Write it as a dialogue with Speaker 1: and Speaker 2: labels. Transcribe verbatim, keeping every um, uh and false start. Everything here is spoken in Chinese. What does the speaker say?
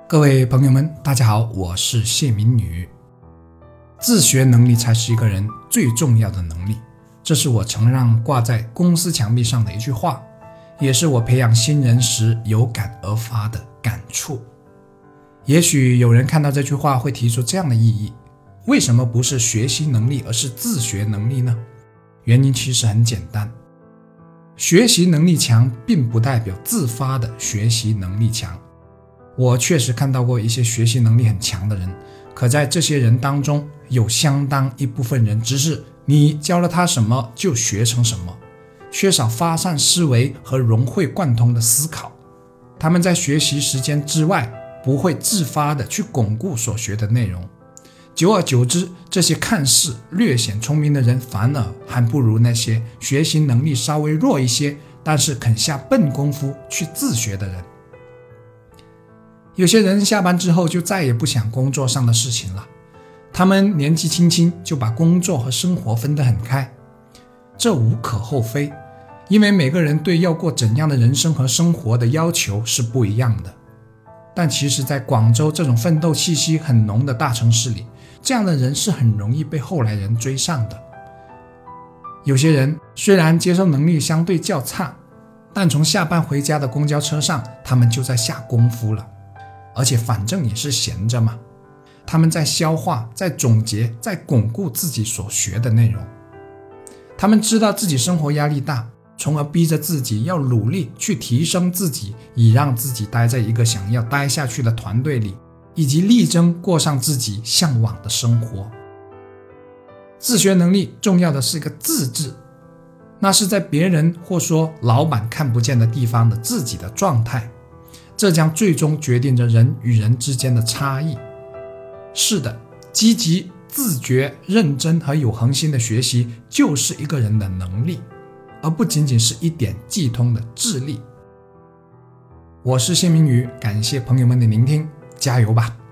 Speaker 1: 各位朋友们，大家好，我是谢明宇。自学能力才是一个人最重要的能力，这是我常让挂在公司墙壁上的一句话，也是我培养新人时有感而发的感触。也许有人看到这句话会提出这样的异议，为什么不是学习能力而是自学能力呢？原因其实很简单，学习能力强并不代表自发的学习能力强。我确实看到过一些学习能力很强的人，可在这些人当中有相当一部分人只是你教了他什么就学成什么，缺少发散思维和融会贯通的思考。他们在学习时间之外不会自发的去巩固所学的内容，久而久之，这些看似略显聪明的人反而还不如那些学习能力稍微弱一些但是肯下笨功夫去自学的人。有些人下班之后就再也不想工作上的事情了，他们年纪轻轻就把工作和生活分得很开，这无可厚非，因为每个人对要过怎样的人生和生活的要求是不一样的。但其实在广州这种奋斗气息很浓的大城市里，这样的人是很容易被后来人追上的。有些人虽然接受能力相对较差，但从下班回家的公交车上他们就在下功夫了，而且反正也是闲着嘛，他们在消化，在总结，在巩固自己所学的内容。他们知道自己生活压力大，从而逼着自己要努力去提升自己，以让自己待在一个想要待下去的团队里，以及力争过上自己向往的生活。自学能力重要的是一个自字，那是在别人或说老板看不见的地方的自己的状态，这将最终决定着人与人之间的差异。是的，积极、自觉、认真和有恒心的学习就是一个人的能力，而不仅仅是一点既通的智力。我是谢明宇，感谢朋友们的聆听，加油吧！